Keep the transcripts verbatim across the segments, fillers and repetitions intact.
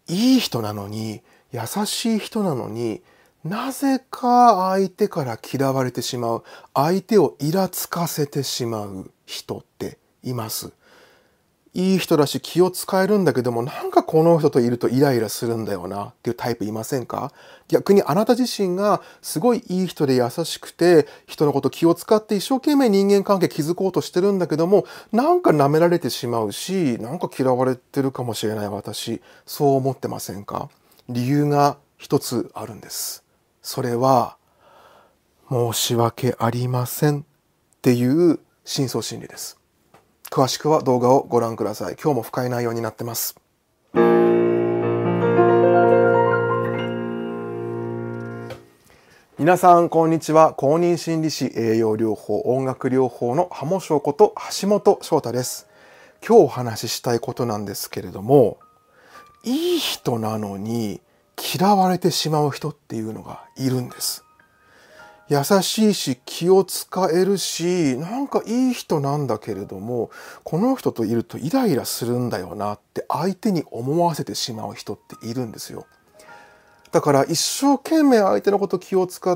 いい人なのに、優しい人なのに、なぜか相手から嫌われてしまう、相手をイラつかせてしまう人っています。いい人だし気を使えるんだけども、なんかこの人といるとイライラするんだよなっていうタイプいませんか？逆にあなた自身がすごいいい人で優しくて、人のこと気を使って一生懸命人間関係築こうとしてるんだけども、なんか舐められてしまうし、なんか嫌われてるかもしれない私、そう思ってませんか？理由が一つあるんです。それは、申し訳ありませんっていう深層心理です。詳しくは動画をご覧ください。今日も深い内容になってます。皆さん、こんにちは。公認心理師、栄養療法、音楽療法のハモショウこと橋本翔太です。今日お話ししたいことなんですけれども、いい人なのに嫌われてしまう人っていうのがいるんです。優しいし気を使えるし、なんかいい人なんだけれども、この人といるとイライラするんだよなって相手に思わせてしまう人っているんですよ。だから一生懸命相手のこと気を使って、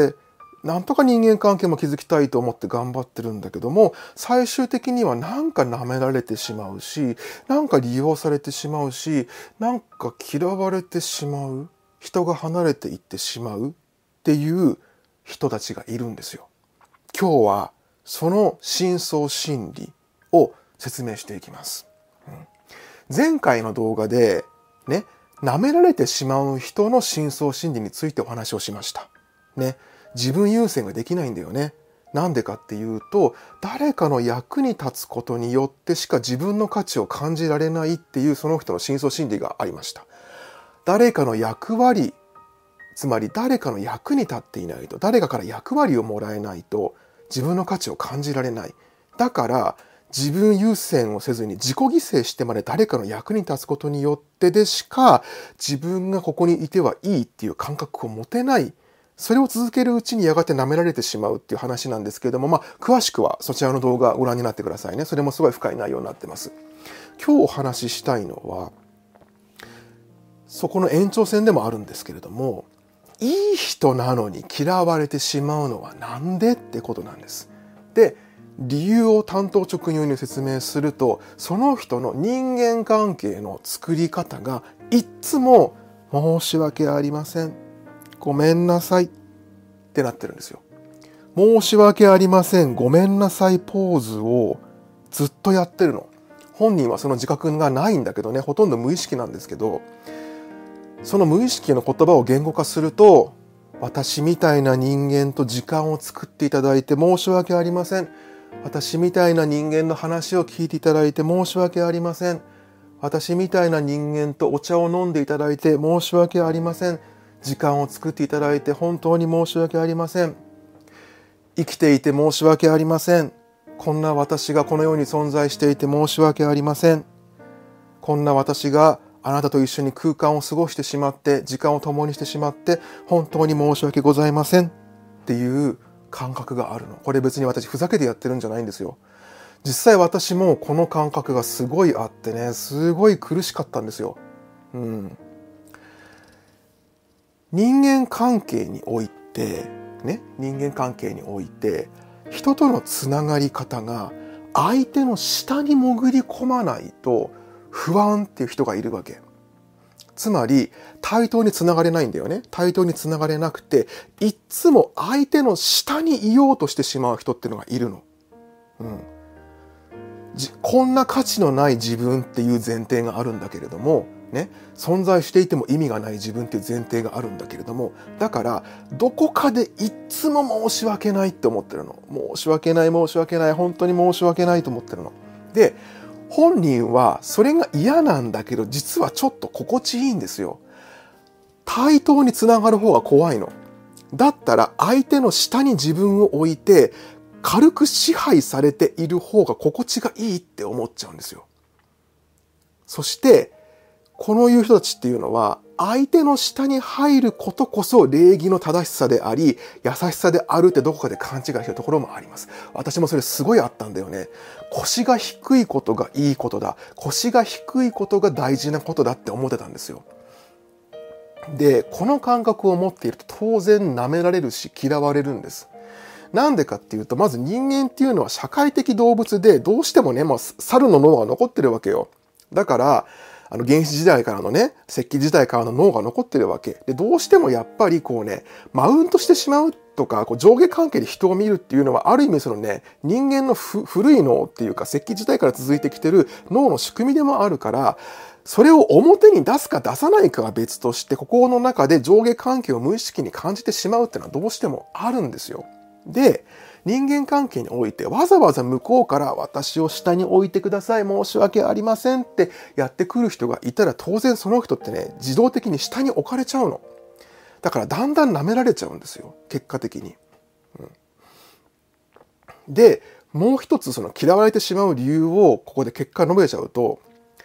なんとか人間関係も築きたいと思って頑張ってるんだけども、最終的にはなんか舐められてしまうし、なんか利用されてしまうし、なんか嫌われてしまう、人が離れていってしまうっていう人たちがいるんですよ。今日はその深層心理を説明していきます。うん、前回の動画でね、舐められてしまう人の深層心理についてお話をしました。ね、自分優先ができないんだよね。なんでかっていうと、誰かの役に立つことによってしか自分の価値を感じられないっていうその人の深層心理がありました。誰かの役割、つまり誰かの役に立っていないと、誰かから役割をもらえないと自分の価値を感じられない。だから自分優先をせずに自己犠牲してまで誰かの役に立つことによってでしか自分がここにいてはいいっていう感覚を持てない。それを続けるうちにやがて舐められてしまうっていう話なんですけれども、まあ詳しくはそちらの動画をご覧になってくださいね。それもすごい深い内容になってます。今日お話ししたいのは、そこの延長線でもあるんですけれども、いい人なのに嫌われてしまうのはなんでってことなんです。で、理由を単刀直入に説明すると、その人の人間関係の作り方がいっつも申し訳ありません、ごめんなさいってなってるんですよ。申し訳ありません、ごめんなさいポーズをずっとやってるの。本人はその自覚がないんだけどね、ほとんど無意識なんですけど、その無意識の言葉を言語化すると、私みたいな人間と時間を作っていただいて申し訳ありません。私みたいな人間の話を聞いていただいて申し訳ありません。私みたいな人間とお茶を飲んでいただいて申し訳ありません。時間を作っていただいて本当に申し訳ありません。生きていて申し訳ありません。こんな私がこの世に存在していて申し訳ありません。こんな私があなたと一緒に空間を過ごしてしまって、時間を共にしてしまって、本当に申し訳ございませんっていう感覚があるの。これ別に私ふざけてやってるんじゃないんですよ。実際私もこの感覚がすごいあってね、すごい苦しかったんですよ。うん。人間関係において、ね、人間関係において、人とのつながり方が相手の下に潜り込まないと不安っていう人がいるわけ。つまり対等につながれないんだよね。対等につながれなくて、いっつも相手の下にいようとしてしまう人っていうのがいるの。うん。こんな価値のない自分っていう前提があるんだけれども、ね、存在していても意味がない自分っていう前提があるんだけれども、だからどこかでいっつも申し訳ないって思ってるの。申し訳ない申し訳ない本当に申し訳ないと思ってるの。で、本人はそれが嫌なんだけど、実はちょっと心地いいんですよ。対等につながる方が怖いの。だったら相手の下に自分を置いて軽く支配されている方が心地がいいって思っちゃうんですよ。そしてこのいう人たちっていうのは、相手の下に入ることこそ礼儀の正しさであり、優しさであるってどこかで勘違いしてるところもあります。私もそれすごいあったんだよね。腰が低いことがいいことだ。腰が低いことが大事なことだって思ってたんですよ。で、この感覚を持っていると当然舐められるし嫌われるんです。なんでかっていうと、まず人間っていうのは社会的動物で、どうしてもね、まあ、猿の脳が残ってるわけよ。だから、あの原始時代からのね、石器時代からの脳が残ってるわけ。で、どうしてもやっぱりこうね、マウントしてしまうとか、こう上下関係で人を見るっていうのは、ある意味そのね、人間の古い脳っていうか、石器時代から続いてきてる脳の仕組みでもあるから、それを表に出すか出さないかは別として、心の中で上下関係を無意識に感じてしまうっていうのはどうしてもあるんですよ。で、人間関係においてわざわざ向こうから私を下に置いてください、申し訳ありませんってやってくる人がいたら、当然その人ってね、自動的に下に置かれちゃうの。だからだんだん舐められちゃうんですよ、結果的に。うん、で、もう一つその嫌われてしまう理由をここで結果述べちゃうと、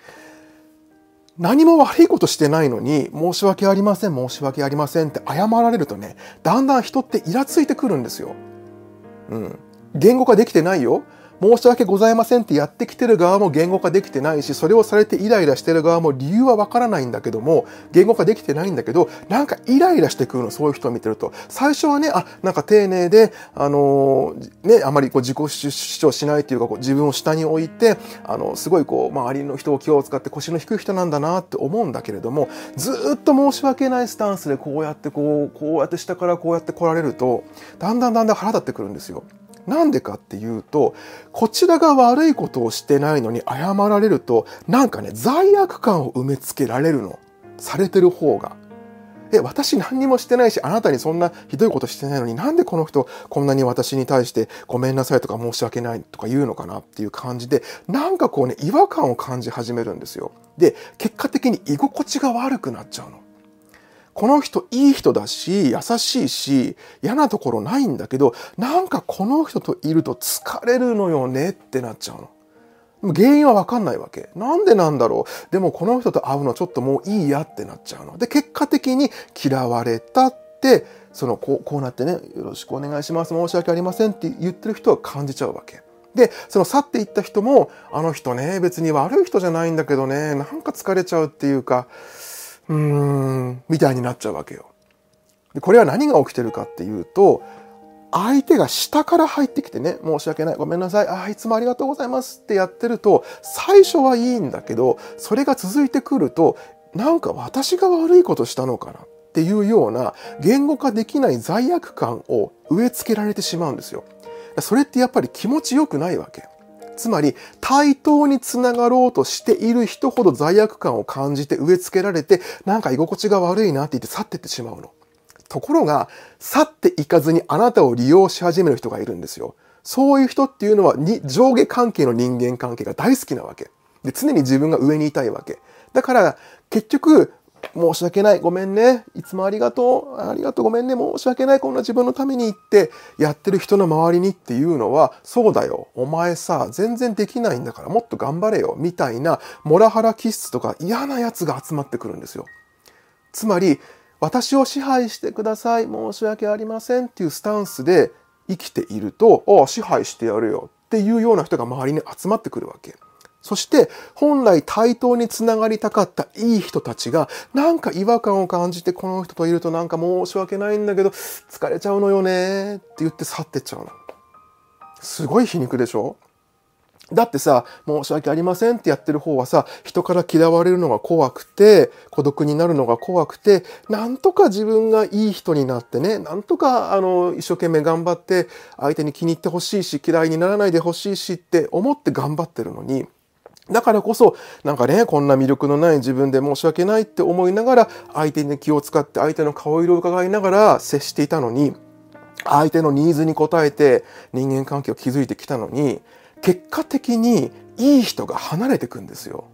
何も悪いことしてないのに、申し訳ありません、申し訳ありませんって謝られるとね、だんだん人ってイラついてくるんですよ。うん。言語化できてないよ。申し訳ございませんってやってきてる側も言語化できてないし、それをされてイライラしてる側も理由はわからないんだけども、言語化できてないんだけど、なんかイライラしてくるの、そういう人を見てると。最初はね、あ、なんか丁寧で、あのー、ね、あまりこう自己主張しないっていうか、こう自分を下に置いて、あの、すごいこう、周りの人を気を使って腰の低い人なんだなって思うんだけれども、ずーっと申し訳ないスタンスでこうやってこう、こうやって下からこうやって来られると、だんだんだんだん腹立ってくるんですよ。なんでかっていうと、こちらが悪いことをしてないのに謝られると、なんかね、罪悪感を埋め付けられるの。されてる方が。え、私何にもしてないし、あなたにそんなひどいことしてないのに、なんでこの人こんなに私に対してごめんなさいとか申し訳ないとか言うのかなっていう感じで、なんかこうね、違和感を感じ始めるんですよ。で、結果的に居心地が悪くなっちゃうの。この人いい人だし、優しいし、嫌なところないんだけど、なんかこの人といると疲れるのよねってなっちゃうの。でも原因はわかんないわけ。なんでなんだろう。でもこの人と会うのちょっともういいやってなっちゃうの。で、結果的に嫌われたって、そのこう、こうなってね、よろしくお願いします、申し訳ありませんって言ってる人は感じちゃうわけ。で、その去っていった人も、あの人ね、別に悪い人じゃないんだけどね、なんか疲れちゃうっていうか、うーん、みたいになっちゃうわけよ。で、これは何が起きてるかっていうと、相手が下から入ってきてね、申し訳ない、ごめんなさい、ああ、いつもありがとうございますってやってると、最初はいいんだけど、それが続いてくると、なんか私が悪いことしたのかなっていうような言語化できない罪悪感を植え付けられてしまうんですよ。それってやっぱり気持ちよくないわけ。つまり、対等につながろうとしている人ほど罪悪感を感じて植え付けられて、なんか居心地が悪いなって言って去っていってしまうの。ところが、去っていかずにあなたを利用し始める人がいるんですよ。そういう人っていうのはに上下関係の人間関係が大好きなわけ。で、常に自分が上にいたいわけ。だから、結局、申し訳ない、ごめんね、いつもありがとう、ありがとう、ごめんね、申し訳ない、こんな自分のためにってやってる人の周りにっていうのは、そうだよ、お前さ、全然できないんだからもっと頑張れよ、みたいなモラハラ気質とか嫌なやつが集まってくるんですよ。つまり、私を支配してください、申し訳ありませんっていうスタンスで生きていると、ああ、支配してやるよっていうような人が周りに集まってくるわけ。そして、本来対等につながりたかったいい人たちが、なんか違和感を感じて、この人といるとなんか申し訳ないんだけど、疲れちゃうのよねって言って去ってっちゃうの。すごい皮肉でしょ？だってさ、申し訳ありませんってやってる方はさ、人から嫌われるのが怖くて、孤独になるのが怖くて、なんとか自分がいい人になってね、なんとかあの一生懸命頑張って相手に気に入ってほしいし、嫌いにならないでほしいしって思って頑張ってるのに、だからこそ、なんかね、こんな魅力のない自分で申し訳ないって思いながら、相手に気を使って相手の顔色を伺いながら接していたのに、相手のニーズに応えて人間関係を築いてきたのに、結果的にいい人が離れてくんですよ。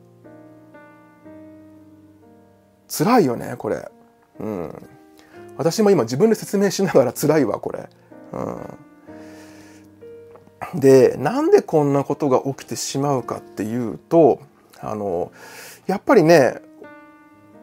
辛いよね、これ。うん。私も今自分で説明しながら辛いわ、これ。うん。で、なんでこんなことが起きてしまうかっていうと、あの、やっぱりね、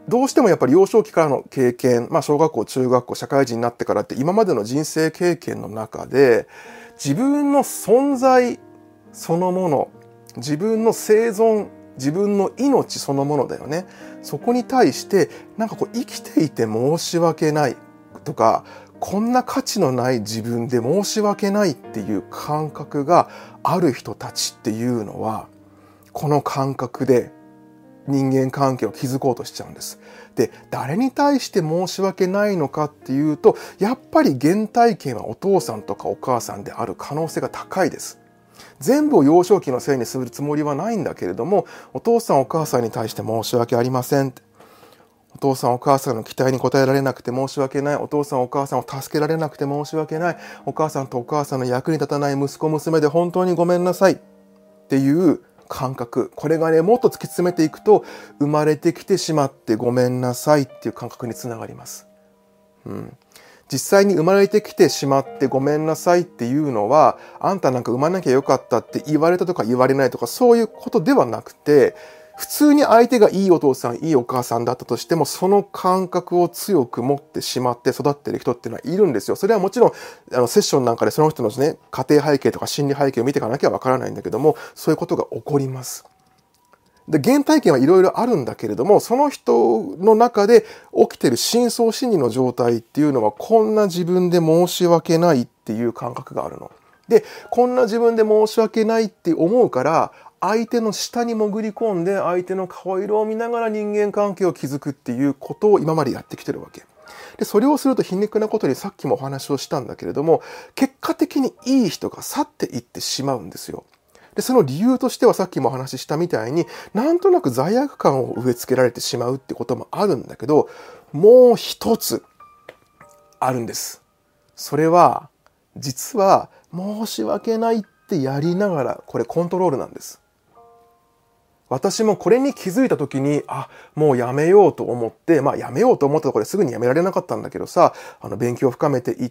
どうしてもやっぱり幼少期からの経験、まあ小学校、中学校、社会人になってからって今までの人生経験の中で、自分の存在そのもの、自分の生存、自分の命そのものだよね。そこに対して、なんかこう生きていて申し訳ないとか、こんな価値のない自分で申し訳ないっていう感覚がある人たちっていうのは、この感覚で人間関係を築こうとしちゃうんです。で、誰に対して申し訳ないのかっていうと、やっぱり原体験はお父さんとかお母さんである可能性が高いです。全部を幼少期のせいにするつもりはないんだけれども、お父さんお母さんに対して申し訳ありません。お父さんお母さんの期待に応えられなくて申し訳ない。お父さんお母さんを助けられなくて申し訳ない。お母さんとお母さんの役に立たない息子娘で本当にごめんなさいっていう感覚。これがね、もっと突き詰めていくと、生まれてきてしまってごめんなさいっていう感覚につながります。うん、実際に生まれてきてしまってごめんなさいっていうのは、あんたなんか産まなきゃよかったって言われたとか言われないとかそういうことではなくて、普通に相手がいいお父さん、いいお母さんだったとしても、その感覚を強く持ってしまって育っている人っていうのはいるんですよ。それはもちろん、あの、セッションなんかでその人のね、家庭背景とか心理背景を見ていかなきゃわからないんだけども、そういうことが起こります。で、原体験はいろいろあるんだけれども、その人の中で起きている深層心理の状態っていうのは、こんな自分で申し訳ないっていう感覚があるの。で、こんな自分で申し訳ないって思うから、相手の下に潜り込んで相手の顔色を見ながら人間関係を築くっていうことを今までやってきてるわけ。で、それをすると皮肉なことにさっきもお話をしたんだけれども、結果的にいい人が去っていってしまうんですよ。で、その理由としてはさっきもお話ししたみたいに、なんとなく罪悪感を植え付けられてしまうってこともあるんだけど、もう一つあるんです。それは、実は申し訳ないってやりながら、これコントロールなんです。私もこれに気づいた時に、あ、もうやめようと思って、まあやめようと思ったところですぐにやめられなかったんだけどさ、あの勉強を深めていって、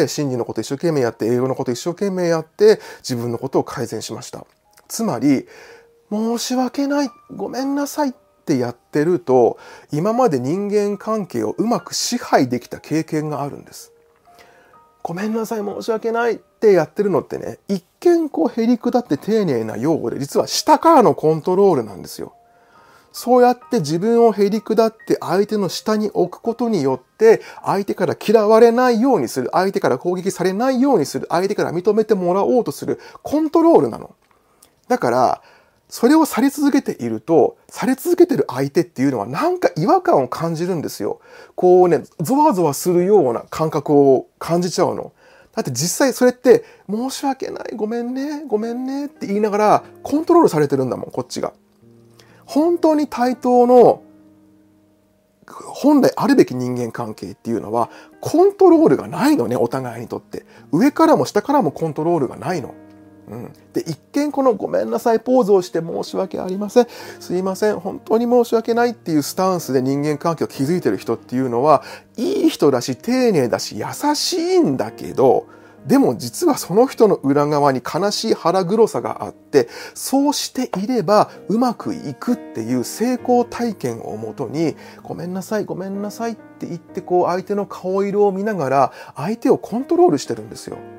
心理のこと一生懸命やって、英語のこと一生懸命やって、自分のことを改善しました。つまり、申し訳ない、ごめんなさいってやってると、今まで人間関係をうまく支配できた経験があるんです。ごめんなさい、申し訳ないってやってるのってね、一見こうへりくだって丁寧な用語で、実は下からのコントロールなんですよ。そうやって自分をへりくだって相手の下に置くことによって、相手から嫌われないようにする、相手から攻撃されないようにする、相手から認めてもらおうとするコントロールなの。だから、それをされ続けていると、され続けている相手っていうのはなんか違和感を感じるんですよ。こうね、ゾワゾワするような感覚を感じちゃうの。だって実際それって申し訳ない、ごめんね、ごめんねって言いながらコントロールされてるんだもん、こっちが。本当に対等の本来あるべき人間関係っていうのはコントロールがないのね、お互いにとって。上からも下からもコントロールがないの。うん、で一見このごめんなさいポーズをして申し訳ありません、すいません、本当に申し訳ないっていうスタンスで人間関係を築いてる人っていうのはいい人だし丁寧だし優しいんだけど、でも実はその人の裏側に悲しい腹黒さがあって、そうしていればうまくいくっていう成功体験をもとにごめんなさいごめんなさいって言ってこう相手の顔色を見ながら相手をコントロールしてるんですよ。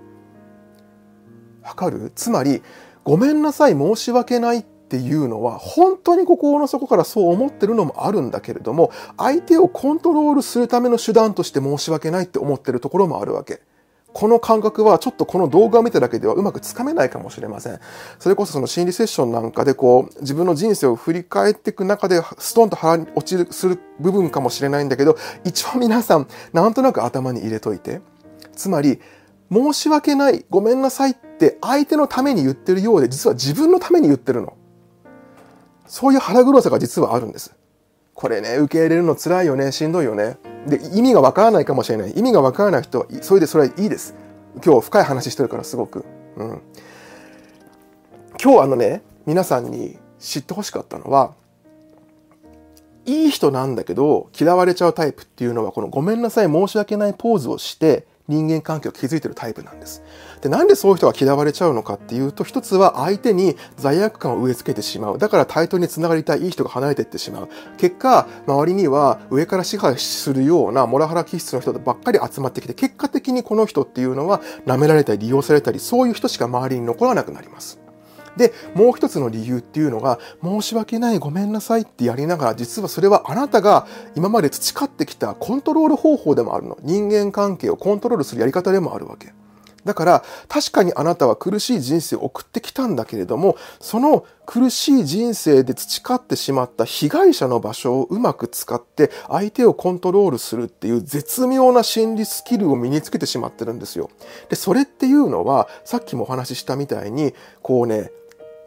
わかる？つまり、ごめんなさい、申し訳ないっていうのは、本当に心の底からそう思ってるのもあるんだけれども、相手をコントロールするための手段として申し訳ないって思ってるところもあるわけ。この感覚はちょっとこの動画を見ただけではうまくつかめないかもしれません。それこそその心理セッションなんかでこう、自分の人生を振り返っていく中でストンと腹に落ちるする部分かもしれないんだけど、一応皆さん、なんとなく頭に入れといて。つまり、申し訳ない、ごめんなさいって相手のために言ってるようで、実は自分のために言ってるの。そういう腹黒さが実はあるんです。これね、受け入れるの辛いよね、しんどいよね。で、意味がわからないかもしれない。意味がわからない人は、それでそれはいいです。今日深い話してるからすごく。うん。今日あのね、皆さんに知ってほしかったのは、いい人なんだけど嫌われちゃうタイプっていうのは、このごめんなさい、申し訳ないポーズをして、 人間関係を築いているタイプなんです。で、なんでそういう人が嫌われちゃうのかっていうと、一つは相手に罪悪感を植え付けてしまう。だから対等につながりたいいい人が離れていってしまう。結果、周りには上から支配するようなモラハラ気質の人ばっかり集まってきて、結果的にこの人っていうのは舐められたり利用されたり、そういう人しか周りに残らなくなります。で、もう一つの理由っていうのが、申し訳ない、ごめんなさいってやりながら、実はそれはあなたが今まで培ってきたコントロール方法でもあるの。人間関係をコントロールするやり方でもあるわけ。だから、確かにあなたは苦しい人生を送ってきたんだけれども、その苦しい人生で培ってしまった被害者の場所をうまく使って相手をコントロールするっていう絶妙な心理スキルを身につけてしまってるんですよ。で、それっていうのは、さっきもお話ししたみたいに、こうね、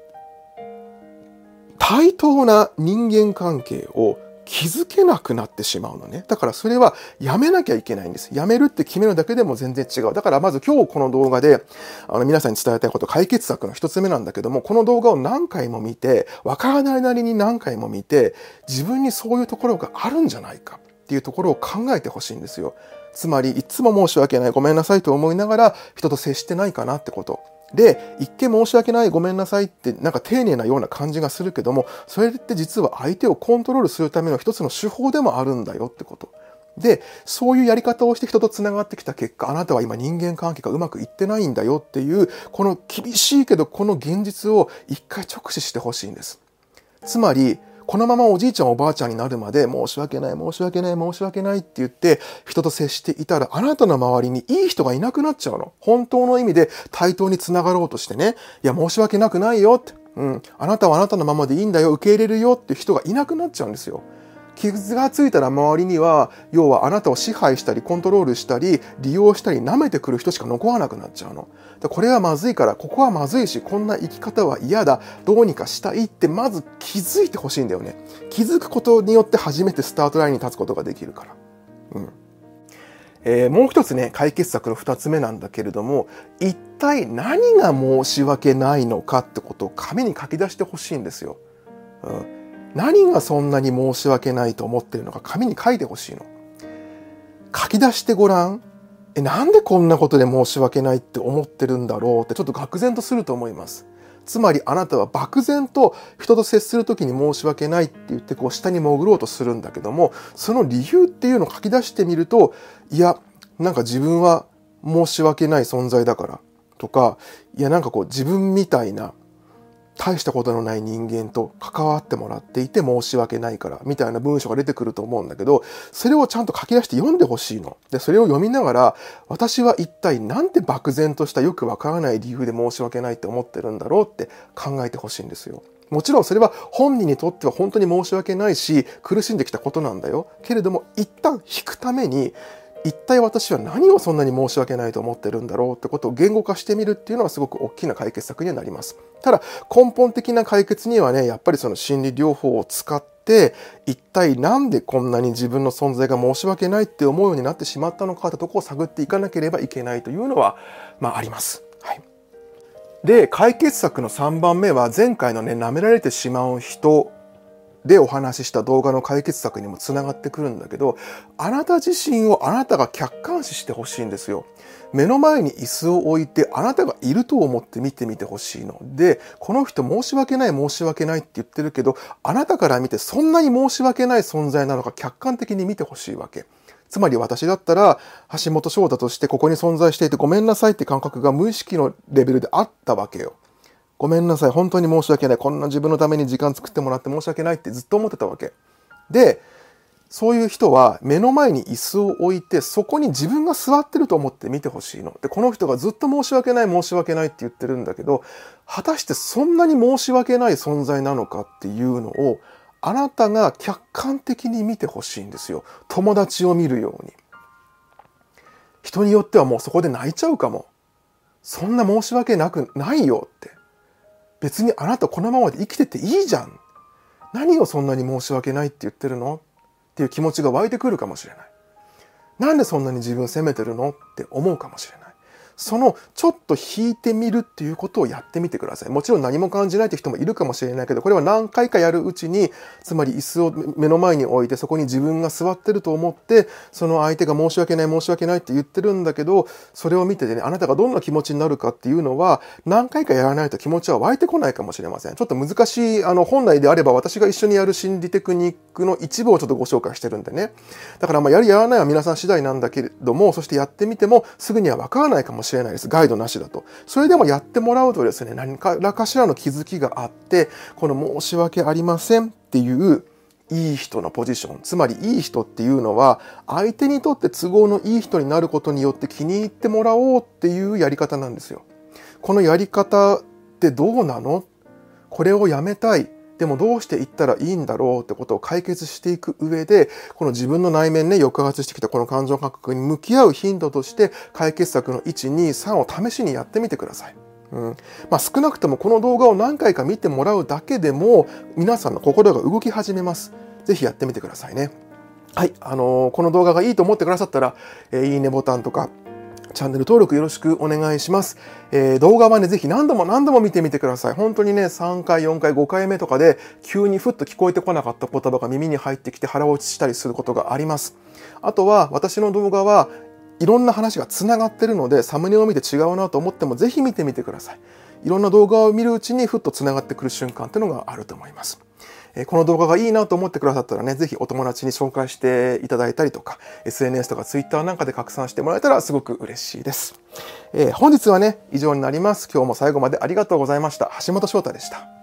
対等な人間関係を築けなくなってしまうのね。だからそれはやめなきゃいけないんです。やめるって決めるだけでも全然違う。だからまず今日この動画であの皆さんに伝えたいこと、解決策の一つ目なんだけども、この動画を何回も見て、わからないなりに何回も見て、自分にそういうところがあるんじゃないかっていうところを考えてほしいんですよ。つまりいつも申し訳ない、ごめんなさいと思いながら人と接してないかなってこと。で、一見申し訳ない、ごめんなさいってなんか丁寧なような感じがするけども、それって実は相手をコントロールするための一つの手法でもあるんだよってこと。で、そういうやり方をして人とつながってきた結果、あなたは今人間関係がうまくいってないんだよっていう、この厳しいけどこの現実を一回直視してほしいんです。つまり、このままおじいちゃんおばあちゃんになるまで申し訳ない申し訳ない申し訳ないって言って人と接していたら、あなたの周りにいい人がいなくなっちゃうの。本当の意味で対等につながろうとしてね、いや申し訳なくないよって、うん、あなたはあなたのままでいいんだよ、受け入れるよっていう人がいなくなっちゃうんですよ。気がついたら周りには、要はあなたを支配したりコントロールしたり利用したり舐めてくる人しか残らなくなっちゃうの。これはまずいから、ここはまずいし、こんな生き方は嫌だ、どうにかしたいってまず気づいてほしいんだよね。気づくことによって初めてスタートラインに立つことができるから。うんえー、もう一つね、解決策の二つ目なんだけれども、一体何が申し訳ないのかってことを紙に書き出してほしいんですよ。うん何がそんなに申し訳ないと思ってるのか紙に書いてほしいの。書き出してごらん。え、なんでこんなことで申し訳ないって思ってるんだろうってちょっと愕然とすると思います。つまりあなたは漠然と人と接するときに申し訳ないって言ってこう下に潜ろうとするんだけども、その理由っていうのを書き出してみると、いや、なんか自分は申し訳ない存在だからとか、いやなんかこう自分みたいな大したことのない人間と関わってもらっていて申し訳ないからみたいな文章が出てくると思うんだけど、それをちゃんと書き出して読んでほしいの。で、それを読みながら、私は一体なんて漠然としたよくわからない理由で申し訳ないって思ってるんだろうって考えてほしいんですよ。もちろんそれは本人にとっては本当に申し訳ないし苦しんできたことなんだよ。けれども一旦引くために、一体私は何をそんなに申し訳ないと思ってるんだろうってことを言語化してみるっていうのはすごく大きな解決策にはなります。ただ根本的な解決にはね、やっぱりその心理療法を使って一体なんでこんなに自分の存在が申し訳ないって思うようになってしまったのかってところを探っていかなければいけないというのはまああります。はい。で、解決策のさんばんめは前回のね、舐められてしまう人でお話しした動画の解決策にもつながってくるんだけど、あなた自身をあなたが客観視してほしいんですよ。目の前に椅子を置いてあなたがいると思って見てみてほしいので、この人申し訳ない申し訳ないって言ってるけど、あなたから見てそんなに申し訳ない存在なのか客観的に見てほしいわけ。つまり私だったら橋本翔太としてここに存在していてごめんなさいって感覚が無意識のレベルであったわけよ。ごめんなさい、本当に申し訳ない。こんな自分のために時間作ってもらって申し訳ないってずっと思ってたわけ。で、そういう人は目の前に椅子を置いて、そこに自分が座ってると思って見てほしいの。で、この人がずっと申し訳ない申し訳ないって言ってるんだけど、果たしてそんなに申し訳ない存在なのかっていうのを、あなたが客観的に見てほしいんですよ。友達を見るように。人によってはもうそこで泣いちゃうかも。そんな申し訳なくないよって。別にあなたこのままで生きてていいじゃん。何をそんなに申し訳ないって言ってるのっていう気持ちが湧いてくるかもしれない。なんでそんなに自分責めてるのって思うかもしれない。 そのちょっと引いてみるっていうことをやってみてください。もちろん何も感じないという人もいるかもしれないけど、これは何回かやるうちに、つまり椅子を目の前に置いて、そこに自分が座ってると思って、その相手が申し訳ない申し訳ないって言ってるんだけど、それを見ててね、あなたがどんな気持ちになるかっていうのは、何回かやらないと気持ちは湧いてこないかもしれません。ちょっと難しい、あの、本来であれば私が一緒にやる心理テクニックの一部をちょっとご紹介してるんでね。だからまあやるやらないは皆さん次第なんだけれども、そしてやってみてもすぐにはわからないかもしれないです。ガイドなしだと。それでもやってもらうとですね、何からかしらの気づきがあって、この申し訳ありませんっていういい人のポジション、つまりいい人っていうのは相手にとって都合のいい人になることによって気に入ってもらおうっていうやり方なんですよ。このやり方ってどうなの？これをやめたい。でもどうしていったらいいんだろうってことを解決していく上で、この自分の内面ね、抑圧してきたこの感情感覚に向き合う頻度として解決策のいち、に、さんを試しにやってみてください。うん。まあ少なくともこの動画を何回か見てもらうだけでも皆さんの心が動き始めます。ぜひやってみてくださいね。はい。あのー、この動画がいいと思ってくださったら、えー、いいねボタンとか、チャンネル登録よろしくお願いします。えー、動画はね、ぜひ何度も何度も見てみてください。本当にね、さんかい、よんかい、ごかいめとかで、急にふっと聞こえてこなかった言葉が耳に入ってきて腹落ちしたりすることがあります。あとは、私の動画はいろんな話がつながってるので、サムネを見て違うなと思っても、ぜひ見てみてください。いろんな動画を見るうちに、ふっとつながってくる瞬間っていうのがあると思います。この動画がいいなと思ってくださったらね、ぜひお友達に紹介していただいたりとか、エスエヌエス とか ツイッター なんかで拡散してもらえたらすごく嬉しいです。えー、本日はね、以上になります。今日も最後までありがとうございました。橋本翔太でした。